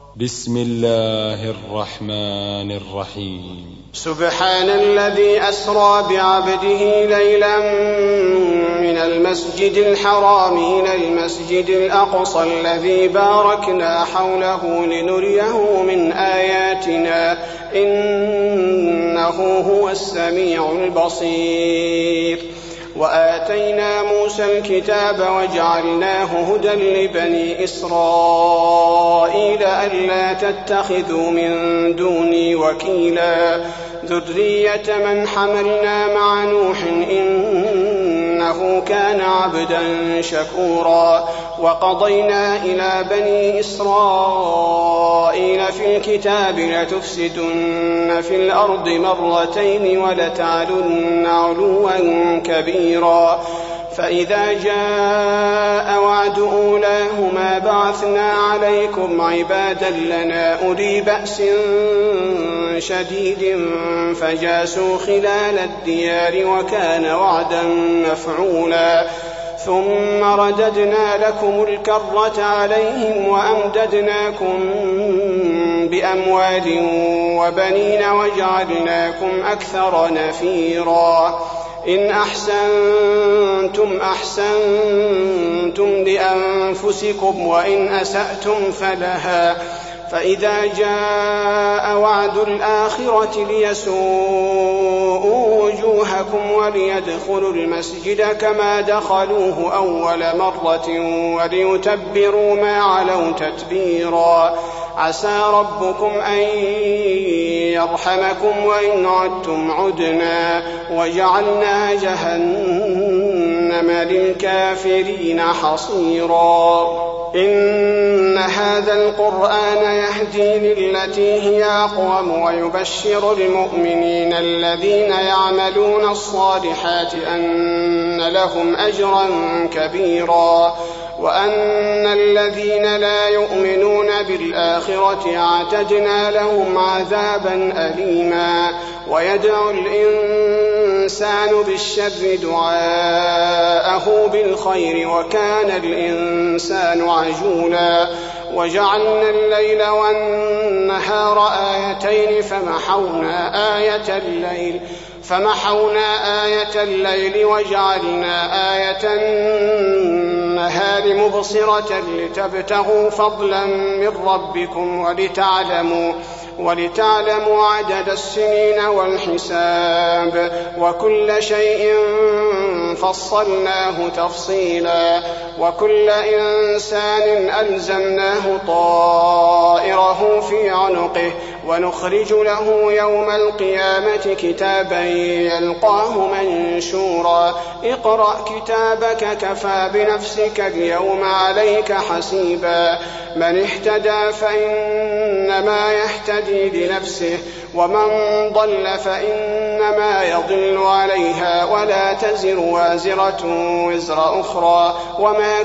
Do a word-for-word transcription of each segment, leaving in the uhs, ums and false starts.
بسم الله الرحمن الرحيم. سبحان الذي أسرى بعبده ليلا من المسجد الحرام إلى المسجد الأقصى الذي باركنا حوله لنريه من آياتنا إنه هو السميع البصير. وآتينا موسى الكتاب وجعلناه هدى لبني إسرائيل ألا تتخذوا من دوني وكيلا ذرية من حملنا مع نوح إنه كان عبدا شكورا. وقضينا إلى بني إسرائيل في الكتاب لتفسدن في الأرض مرتين ولتعلن علوا كبيرا. فإذا جاء وعد أولاهما بعثنا عليكم عبادا لنا أولي بأس شديد فجاسوا خلال الديار وكان وعدا مفعولا. ثم رددنا لكم الكرة عليهم وأمددناكم بأموال وبنين وجعلناكم أكثر نفيرا. إن أحسنتم أحسنتم لأنفسكم وإن أسأتم فلها. فإذا جاء وعد الآخرة ليسوءوا وجوهكم وليدخلوا المسجد كما دخلوه أول مرة وليتبروا ما علوا تتبيرا. عسى ربكم أن يرحمكم وإن عدتم عدنا وجعلنا جهنم للكافرين حصيرا. إن هذا القرآن يهدي للتي هي أقوم ويبشر المؤمنين الذين يعملون الصالحات أن لهم أجرا كبيرا وأن الذين لا يؤمنون بالآخرة اعتدنا لهم عذابا أليما. ويدعو الإنسان بالشر دعاءه بالخير وكان الإنسان عجولا. وجعلنا الليل والنهار آيتين فمحونا آية الليل فمحونا آية الليل وجعلنا آية النهار مبصرة لتبتغوا فضلا من ربكم ولتعلموا ولتعلموا عدد السنين والحساب وكل شيء فصلناه تفصيلا. وكل إنسان ألزمناه طائره في عنقه ونخرج له يوم القيامة كتابا يلقاه منشورا. اقرأ كتابك كفى بنفسك اليوم عليك حسيبا. من اهتدى فإنما يهتدي لنفسه ومن ضل فإنما يضل عليها ولا تزر وازرة وزر أخرى وما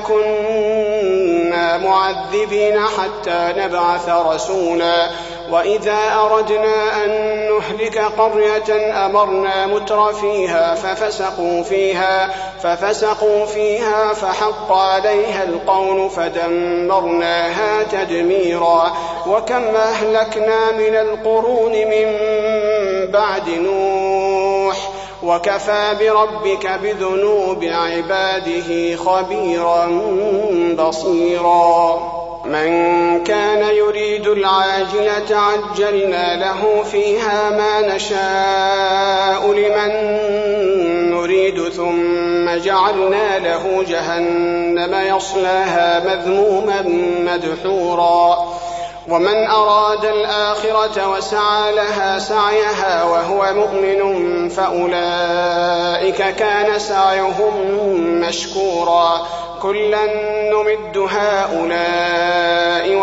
كنا معذبين حتى نبعث رسولا. وإذا أردنا أن نهلك قرية أمرنا متر فيها ففسقوا فيها ففسقوا فيها فحق عليها القول فدمرناها تدميرا. وكم أهلكنا من القرون من بعد نوح وكفى بربك بذنوب عباده خبيرا بصيرا. من كان يريد العاجلة عجلنا له فيها ما نشاء لمن نريد ثم جعلنا له جهنم يصلاها مذموما مدحورا. ومن أراد الآخرة وسعى لها سعيها وهو مؤمن فأولئك كان سعيهم مشكورا. كلا نمد هؤلاء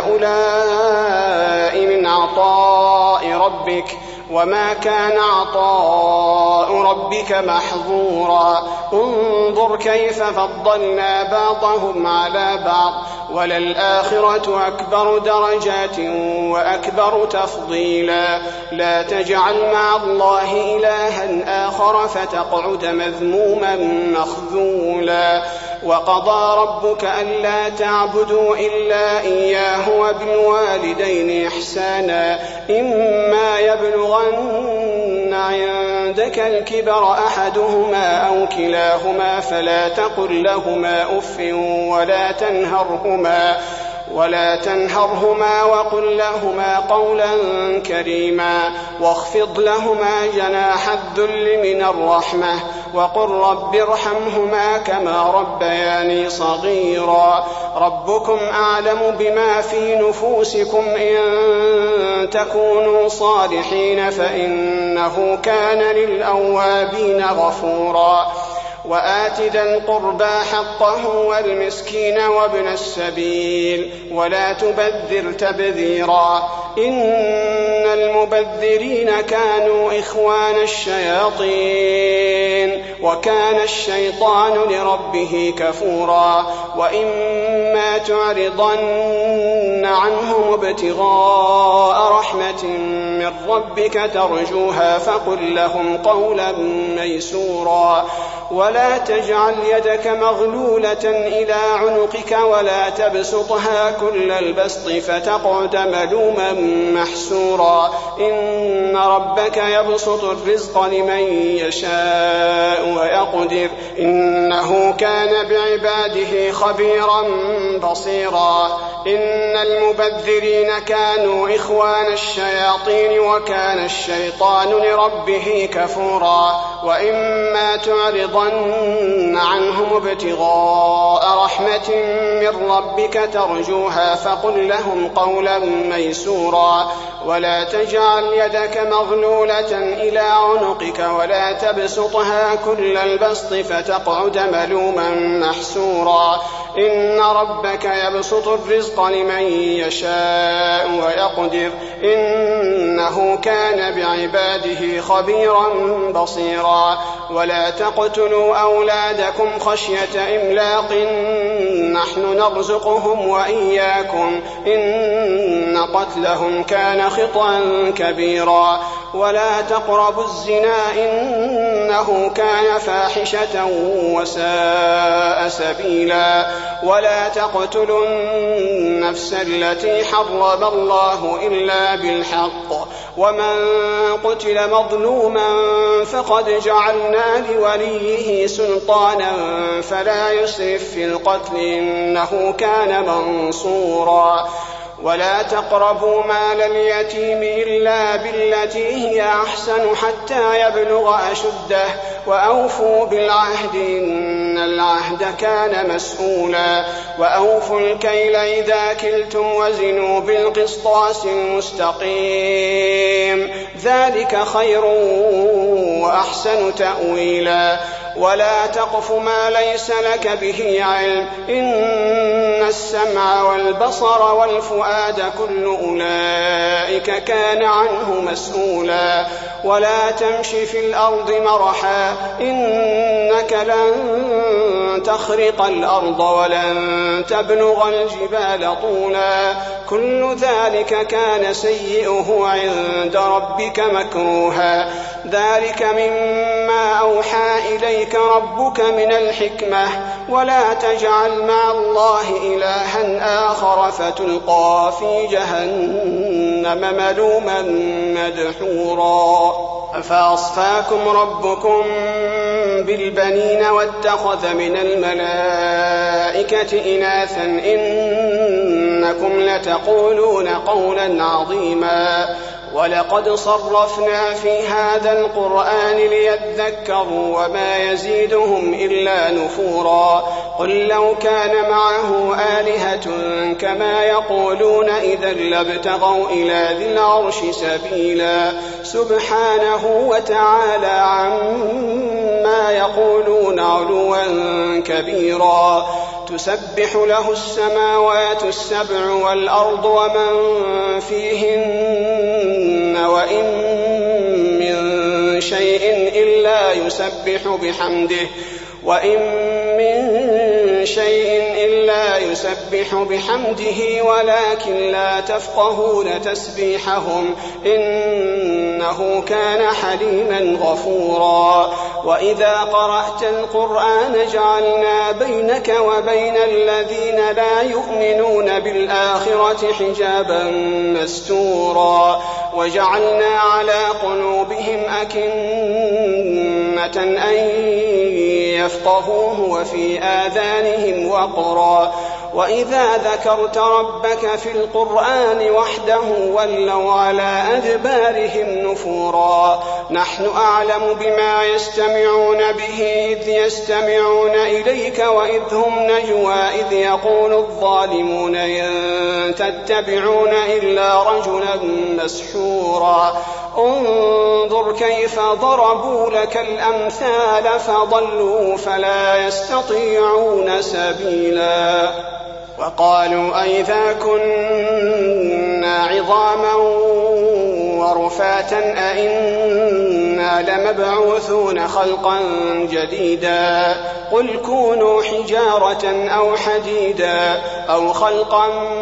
وهؤلاء من عطاء ربك وما كان عطاء ربك محظورا. انظر كيف فضلنا بعضهم على بعض وللآخرة أكبر درجات وأكبر تفضيلا. لا تجعل مع الله إلها آخر فتقعد مذموما مخذولا. وقضى ربك ألا تعبدوا إلا إياه وبالوالدين إحسانا إما يبلغن عندك الكبر أحدهما أو كلاهما فلا تقل لهما أف ولا تنهرهما ولا تنهرهما وقل لهما قولا كريما واخفض لهما جناح الذل من الرحمة وقل رب ارحمهما كما ربياني صغيرا ربكم أعلم بما في نفوسكم إن تكونوا صالحين فإنه كان للأوابين غفورا وآت ذا القربى حقه والمسكين وابن السبيل ولا تبذر تبذيرا إن المبذرين كانوا إخوان الشياطين وكان الشيطان لربه كفورا وإما تعرضن عنهم ابتغاء رحمة من ربك ترجوها فقل لهم قولا ميسورا ولا تجعل يدك مغلولة إلى عنقك ولا تبسطها كل البسط فتقعد ملوما محسورا إن ربك يبسط الرزق لمن يشاء ويقدر إنه كان بعباده خبيرا بصيرا إن المبذرين كانوا إخوان الشياطين وكان الشيطان لربه كفورا وإما تعرضن عنهم ابتغاء رحمة من ربك ترجوها فقل لهم قولا ميسورا ولا تجعل يدك مغلولة إلى عنقك ولا تبسطها كل البسط فتقعد ملوما محسورا إن ربك يبسط الرزق لمن يشاء ويقدر إنه كان بعباده خبيرا بصيرا ولا تقتلوا أولادكم خشية إملاق نحن نرزقهم وإياكم إن قتلهم كان خطأ كبيرا ولا تقربوا الزنا إنه كان فاحشة وساء سبيلا ولا تقتلوا النفس التي حرم الله إلا بالحق ومن قتل مظلوما فقد جعلنا لوليه سلطانا فلا يسرف في القتل إنه كان منصورا ولا تقربوا مال اليتيم إلا بالتي هي أحسن حتى يبلغ أشده وأوفوا بالعهد إن العهد كان مسؤولا وأوفوا الكيل إذا كلتم وزنوا بالقسطاس المستقيم ذلك خير وأحسن تأويلا ولا تقف ما ليس لك به علم إن السمع والبصر والفؤاد كل أولئك كان عنه مسؤولا ولا تمش في الأرض مرحا إنك لن تخرق الأرض ولن تبلغ الجبال طولا كل ذلك كان سيئه عند ربك مكروها ذلك مما أوحى إليك ربك من الحكمة ولا تجعل مع الله إلها آخر فتلقى في جهنم ملوما مدحورا أفأصفاكم ربكم بالبنين واتخذ من الملائكة إناثا إنكم لتقولون قولا عظيما ولقد صرفنا في هذا القرآن ليذكروا وما يزيدهم إلا نفورا قل لو كان معه آلهة كما يقولون إذا لابتغوا إلى ذي العرش سبيلا سبحانه وتعالى عما يقولون علوا كبيرا تسبح له السماوات السبع والأرض ومن فيهن وإن من شيء إلا يسبح بحمده وإن من شيء إلا يسبح بحمده ولكن لا تفقهون تسبيحهم إنه كان حليما غفورا. وإذا قرأت القرآن جعلنا بينك وبين الذين لا يؤمنون بالآخرة حجابا مستورا وجعلنا على قلوبهم أكنة أن يفقهوه وفي آذانهم وقرا وإذا ذكرت ربك في القرآن وحده ولوا على أدبارهم نفورا. نحن أعلم بما يستمعون به إذ يستمعون إليك وإذ هم نجوى إذ يقول الظالمون إن تتبعون إلا رجلا مسحورا. انظر كيف ضربوا لك الأمثال فضلوا فلا يستطيعون سبيلا. وقالوا أئذا كنا عظاما ورفاتا أئنا لمبعوثون خلقا جديدا قل كونوا حجارة أو حديدا أو خلقا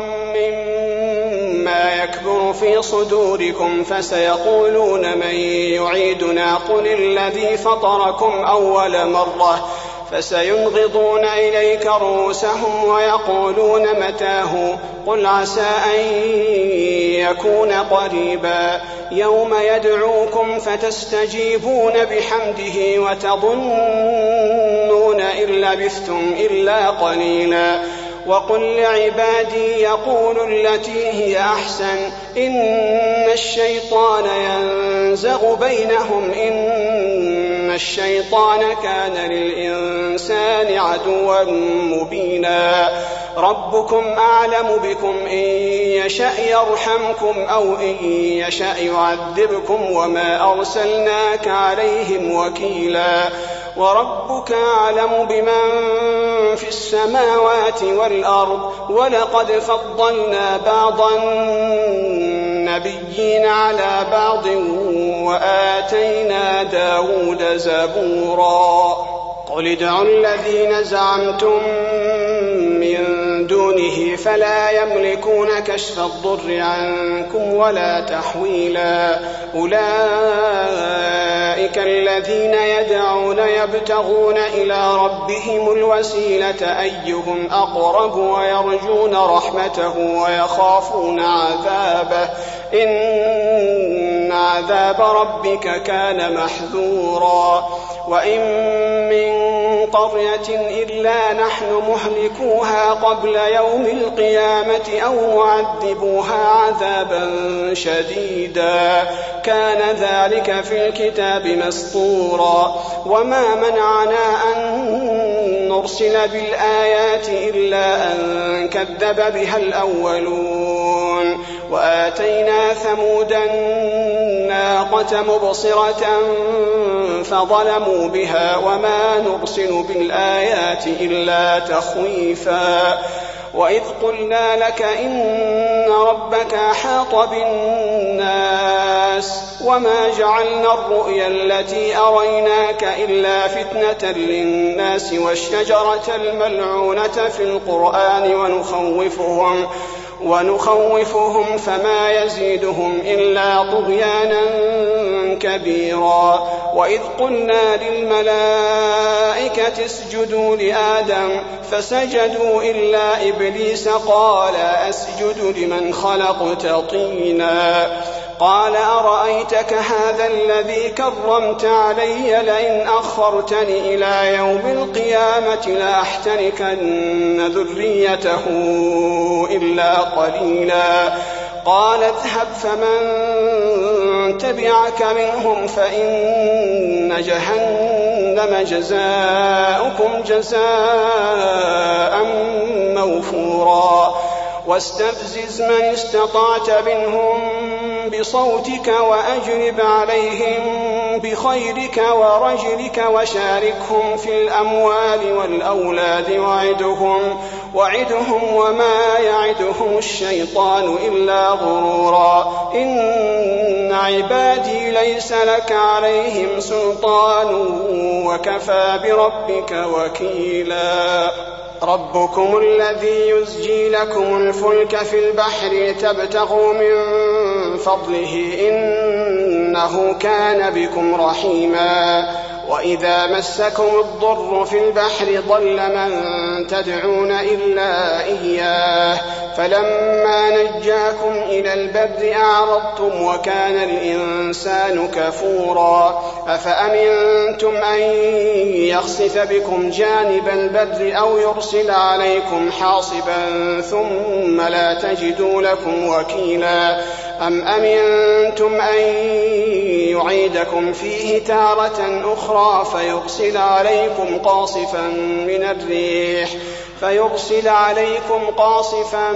مما يكبر في صدوركم فسيقولون من يعيدنا قل الذي فطركم أول مرة فسينغضون إليك رؤوسهم ويقولون متاه قل عسى أن يكون قريبا يوم يدعوكم فتستجيبون بحمده وتظنون إن لبثتم إلا قليلا. وقل لعبادي يقولوا التي هي أحسن إن الشيطان ينزغ بينهم إن الشيطان كان للإنسان عدوا مبينا. ربكم أعلم بكم إن يشأ يرحمكم أو إن يشأ يعذبكم وما أرسلناك عليهم وكيلا. وربك أعلم بمن في السماوات والأرض ولقد فضلنا بعض النبيين على بعض وآتينا داود زبورا. قل ادعوا الذين زعمتم من دونه فلا يملكون كشف الضر عنكم ولا تحويلا. أولئك الذين يدعون يبتغون إلى ربهم الوسيلة أيهم أقرب ويرجون رحمته ويخافون عذابه إن عذاب ربك كان محذورا. وإن من قرية إلا نحن مهلكوها قبل يوم القيامة أو معذبوها عذابا شديدا كان ذلك في الكتاب مسطورا. وما منعنا أن نرسل بالآيات إلا أن كذب بها الأولون. وآتينا ثمود الناقة مبصرة فظلموا بها وما نرسل بالآيات إلا تخويفا. وإذ قلنا لك إن ربك أحاط بالناس وما جعلنا الرؤيا التي أريناك إلا فتنة للناس والشجرة الملعونة في القرآن ونخوفهم ونخوفهم فما يزيدهم إلا طغيانا كبيرا. وإذ قلنا للملائكة اسجدوا لآدم فسجدوا إلا إبليس قال أسجد لمن خلقت طينا قال أرأيتك هذا الذي كرمت علي لئن أخرتني إلى يوم القيامة لأحتركن ذريته إلا قليلا. قال اذهب فمن تبعك منهم فإن جهنم جزاؤكم جزاء موفورا. واستفزز من استطعت منهم بصوتك وأجلب عليهم بخيرك ورجلك وشاركهم في الأموال والأولاد وعدهم, وعدهم وما يعدهم الشيطان إلا غرورا. إن عبادي ليس لك عليهم سلطان وكفى بربك وكيلا. ربكم الذي يزجي لكم الفلك في البحر تبتغوا من فضله إنه كان بكم رحيما وإذا مسكم الضر في البحر ضل من تدعون إلا إياه فلما نجاكم إلى البر أعرضتم وكان الإنسان كفورا أفأمنتم أن يخسف بكم جانب البر أو يرسل عليكم حاصبا ثم لا تجدوا لكم وكيلا أم أمنتم أن يعيدكم فيه تارة أخرى فيرسل عليكم قاصفا من الريح فيرسل عليكم قاصفا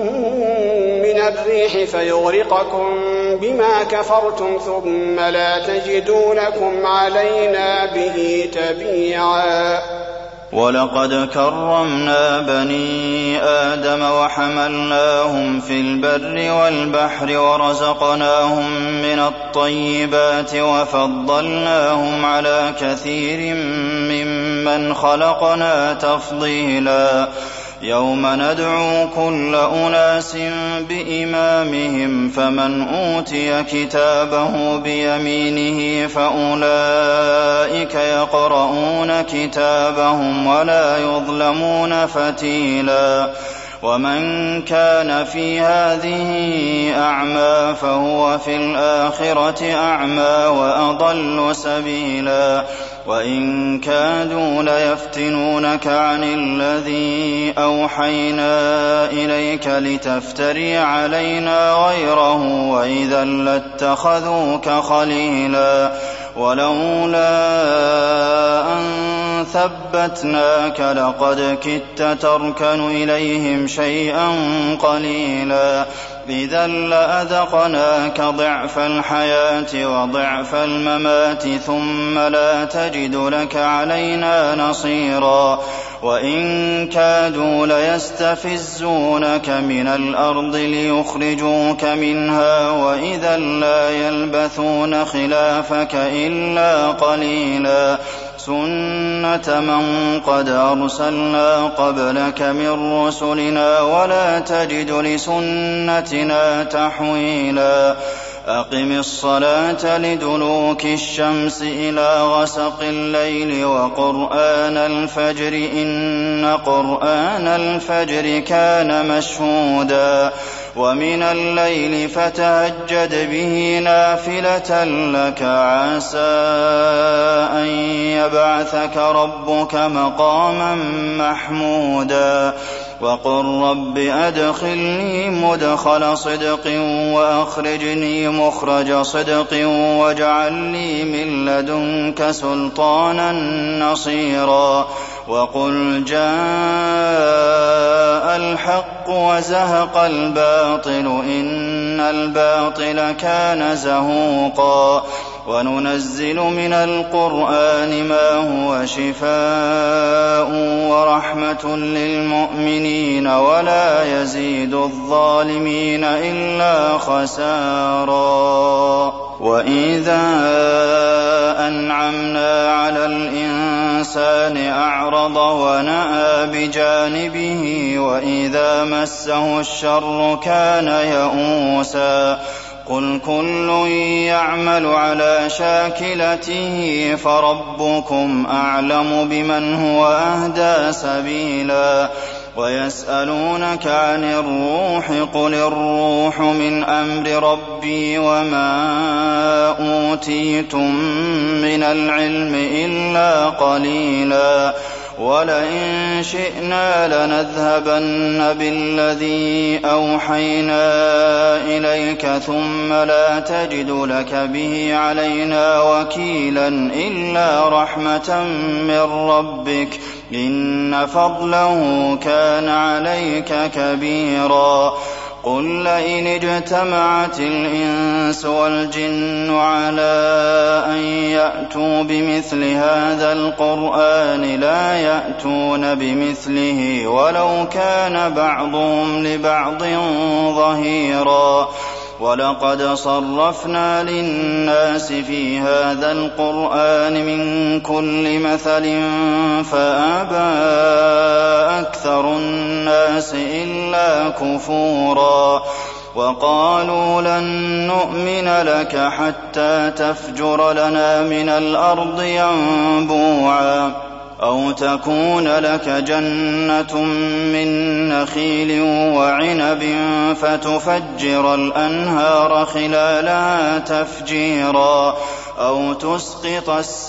من الريح فيغرقكم بما كفرتم ثم لا تجدوا لكم علينا به تبيعا ولقد كرمنا بني آدم وحملناهم في البر والبحر ورزقناهم من الطيبات وفضلناهم على كثير ممن خلقنا تفضيلا يوم ندعو كل أناس بإمامهم فمن أوتي كتابه بيمينه فأولئك يقرؤون كتابهم ولا يظلمون فتيلا ومن كان في هذه أعمى فهو في الآخرة أعمى وأضل سبيلا وإن كادوا ليفتنونك عن الذي أوحينا إليك لتفتري علينا غيره وإذا لاتخذوك خليلا ولولا أن ثبتناك لقد كدت تركن إليهم شيئا قليلا إذا لأذقناك ضعف الحياة وضعف الممات ثم لا تجد لك علينا نصيرا وإن كادوا ليستفزونك من الأرض ليخرجوك منها وإذا لا يلبثون خلافك إلا قليلا سنة من قد أرسلنا قبلك من رسلنا ولا تجد لسنتنا تحويلا أقم الصلاة لدلوك الشمس إلى غسق الليل وقرآن الفجر إن قرآن الفجر كان مشهودا ومن الليل فتهجد به نافلة لك عسى أن يبعثك ربك مقاما محمودا وقل رب أدخلني مدخل صدق وأخرجني مخرج صدق واجعل لي من لدنك سلطانا نصيرا وقل جاء الحق وزهق الباطل إن الباطل كان زهوقا وننزل من القرآن ما هو شفاء ورحمة للمؤمنين ولا يزيد الظالمين إلا خسارا وإذا أنعمنا على الإنسان أعرض ونأى بجانبه وإذا مسه الشر كان يئوسا قل كل يعمل على شاكلته فربكم أعلم بمن هو أهدى سبيلا ويسألونك عن الروح قل الروح من أمر ربي وما أوتيتم من العلم إلا قليلا ولئن شئنا لنذهبن بالذي أوحينا إليك ثم لا تجد لك به علينا وكيلا إلا رحمة من ربك إن فضله كان عليك كبيرا قل لئن اجتمعت الإنس والجن على أن يأتوا بمثل هذا القرآن لا يأتون بمثله ولو كان بعضهم لبعض ظهيرا وَلَقَدْ صَرَّفْنَا لِلنَّاسِ فِي هَٰذَا الْقُرْآنِ مِن كُلِّ مَثَلٍ فَأَبَىٰ أَكْثَرُ النَّاسِ إِلَّا كُفُورًا وَقَالُوا لَن نُّؤْمِنَ لَكَ حَتَّىٰ تَفْجُرَ لَنَا مِنَ الْأَرْضِ يَنبُوعًا أَوْ تَكُونَ لَكَ جَنَّةٌ مِّن نَّخِيلٍ وَعِنَبٍ فَتُفَجِّرَ الْأَنْهَارَ خِلَالَهَا تَفْجِيرًا أَوْ تُسْقِطَ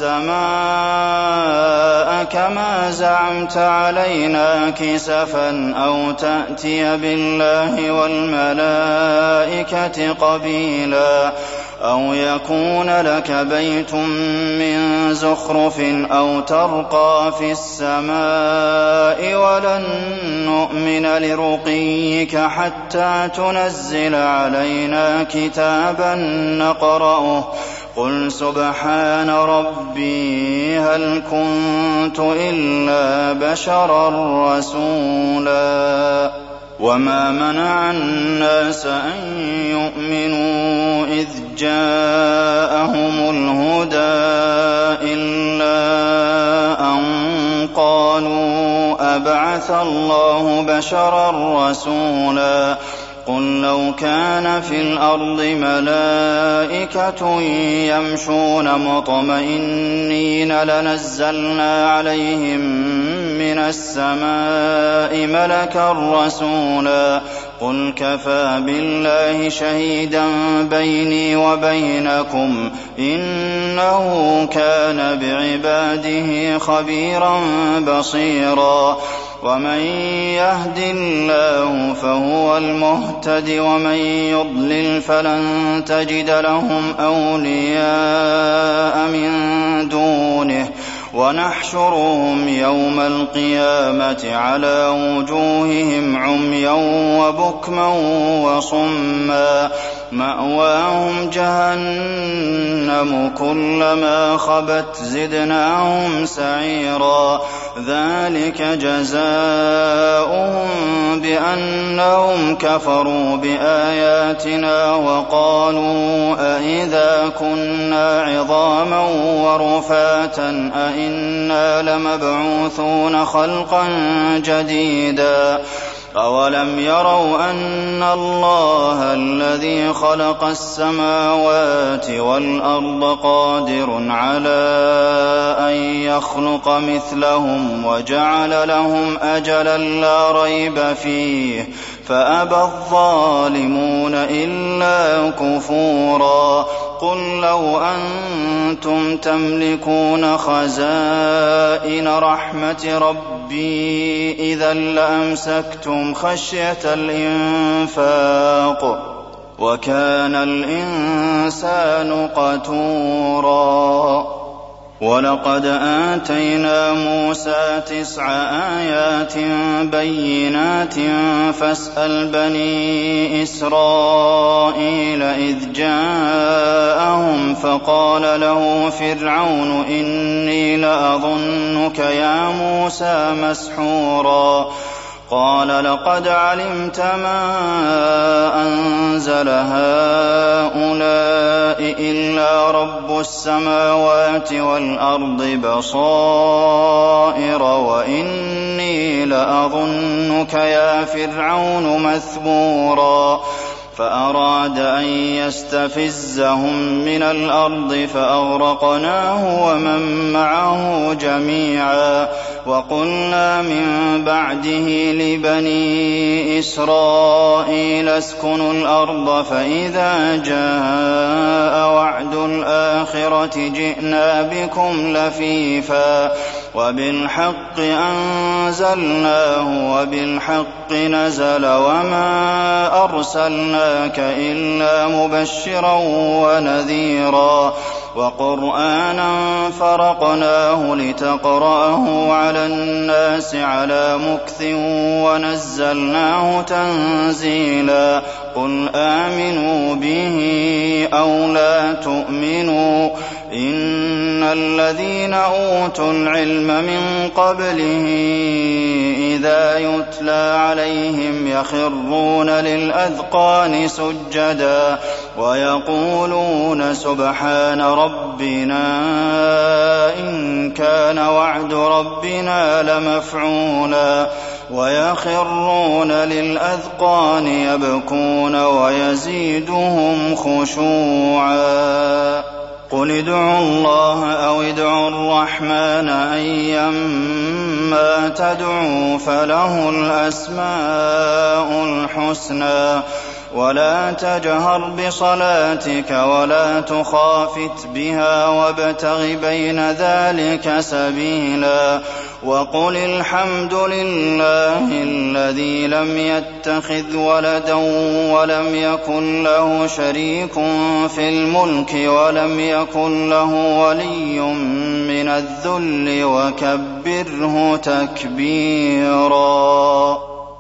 السَّمَاءَ كَمَا زَعَمْتَ عَلَيْنَا كِسَفًا أَوْ تَأْتِيَ بِاللَّهِ وَالْمَلَائِكَةِ قَبِيلًا أَوْ يَكُونَ لَكَ بَيْتٌ مِّن زُخْرُفٍ أَوْ تَرْقَىٰ فِي السَّمَاءِ وَلَن نُّؤْمِنَ لِرُقِيِّكَ حَتَّىٰ تُنَزِّلَ عَلَيْنَا كِتَابًا نَّقْرَؤُهُ قُلْ سُبْحَانَ رَبِّي هَلْ كُنتُ إِلَّا بَشَرًا رَّسُولًا وَمَا مَنَعَ النَّاسَ أَن يُؤْمِنُوا إِذْ جَاءَهُمُ الْهُدَىٰ إِلَّا أَن قَالُوا أَبَعَثَ اللَّهُ بَشَرًا رَّسُولًا قُل لَّوْ كَانَ فِي الْأَرْضِ مَلَائِكَةٌ يَمْشُونَ مُطْمَئِنِّينَ لَنَزَّلْنَا عَلَيْهِم مِّنَ السَّمَاءِ مَلَكًا رَّسُولًا قُلْ كَفَىٰ بِاللَّهِ شَهِيدًا بَيْنِي وَبَيْنَكُمْ إِنَّهُ كَانَ بِعِبَادِهِ خَبِيرًا بَصِيرًا وَمَن يَهْدِ اللَّهُ فَهُوَ الْمُهْتَدِ وَمَن يُضْلِلْ فَلَن تَجِدَ لَهُمْ أَوْلِيَاءَ مِن دُونِهِ وَنَحْشُرُهُمْ يَوْمَ الْقِيَامَةِ عَلَىٰ وُجُوهِهِمْ عُمْيًا وَبُكْمًا وَصُمًّا مَّأْوَاهُمْ جَهَنَّمُ كُلَّمَا خَبَتْ زِدْنَاهُمْ سَعِيرًا ذَٰلِكَ جَزَاؤُهُم بِأَنَّهُمْ كَفَرُوا بِآيَاتِنَا وَقَالُوا أَإِذَا كُنَّا عِظَامًا وَرُفَاتًا أَإِنَّا لَمَبْعُوثُونَ خَلْقًا جَدِيدًا أَوَلَمْ يَرَوْا أَنَّ اللَّهَ الَّذِي خَلَقَ السَّمَاوَاتِ وَالْأَرْضَ قَادِرٌ عَلَىٰ أَن يَخْلُقَ مِثْلَهُمْ وَجَعَلَ لَهُمْ أَجَلًا لَّا رَيْبَ فِيهِ فَأَبَى الظَّالِمُونَ إِلَّا كُفُورًا قُل لَّوْ أَنتُمْ تَمْلِكُونَ خَزَائِنَ رَحْمَةِ رَبِّي إِذًا لَّأَمْسَكْتُمْ خَشْيَةَ الْإِنفَاقِ وَكَانَ الْإِنسَانُ قَتُورًا وَلَقَدْ آتَيْنَا مُوسَىٰ تِسْعَ آيَاتٍ بَيِّنَاتٍ فَاسْأَلْ بَنِي إِسْرَائِيلَ إِذْ جَاءَهُمْ فَقَالَ لَهُ فِرْعَوْنُ إِنِّي لَأَظُنُّكَ يَا مُوسَىٰ مَسْحُورًا قَالَ لَقَدْ عَلِمْتَ مَا أَنزَلَ هَٰؤُلَاءِ إِلَّا رَبُّ السَّمَاوَاتِ وَالْأَرْضِ بَصَائِرَ وَإِنِّي لَأَظُنُّكَ يَا فِرْعَوْنُ مَثْبُورًا فَأَرَادَ أَن يَسْتَفِزَّهُم مِّنَ الْأَرْضِ فَأَغْرَقْنَاهُ وَمَن مَّعَهُ جَمِيعًا وَقُلْنَا مِن بَعْدِهِ لِبَنِي إِسْرَائِيلَ اسْكُنُوا الْأَرْضَ فَإِذَا جَاءَ وَعْدُ الْآخِرَةِ جِئْنَا بِكُمْ لَفِيفًا وَبِالْحَقِّ أَنزَلْنَاهُ وَبِالْحَقِّ نَزَلَ وَمَا أَرْسَلْنَاكَ إِلَّا مُبَشِّرًا وَنَذِيرًا وَقُرْآنًا فَرَقْنَاهُ لِتَقْرَأَهُ عَلَى النَّاسِ عَلَىٰ مُكْثٍ وَنَزَّلْنَاهُ تَنزِيلًا قُلْ آمِنُوا بِهِ أَوْ لَا تُؤْمِنُوا إِنَّ الذين أوتوا العلم من قبله إذا يتلى عليهم يخرون للأذقان سجدا ويقولون سبحان ربنا إن كان وعد ربنا لمفعولا ويخرون للأذقان يبكون ويزيدهم خشوعا قل ادعوا الله أو ادعوا الرحمن أيما تدعوا فله الأسماء الحسنى ولا تجهر بصلاتك ولا تخافت بها وابتغ بين ذلك سبيلا وقل الحمد لله الذي لم يتخذ ولدا ولم يكن له شريك في الملك ولم يكن له ولي من الذل وكبره تكبيرا.